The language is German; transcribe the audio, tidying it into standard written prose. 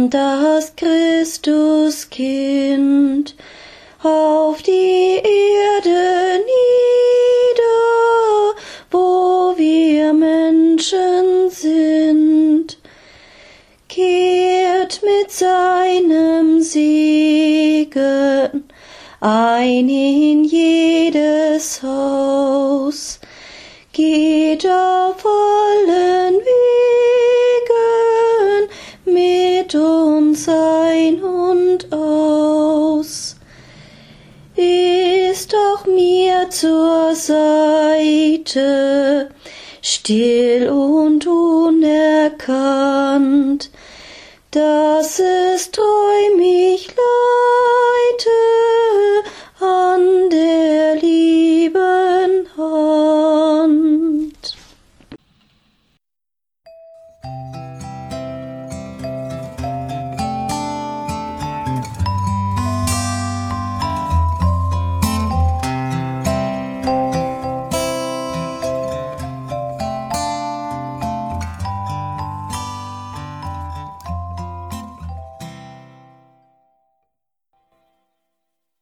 das Christuskind auf die Erde nieder, wo wir Menschen sind, kehrt mit seinem Segen ein in jedes Haus, geht auf allen Wegen mit uns ein und aus, ist auch mir zur Seite, still und unerkannt, dass es treu mich leitet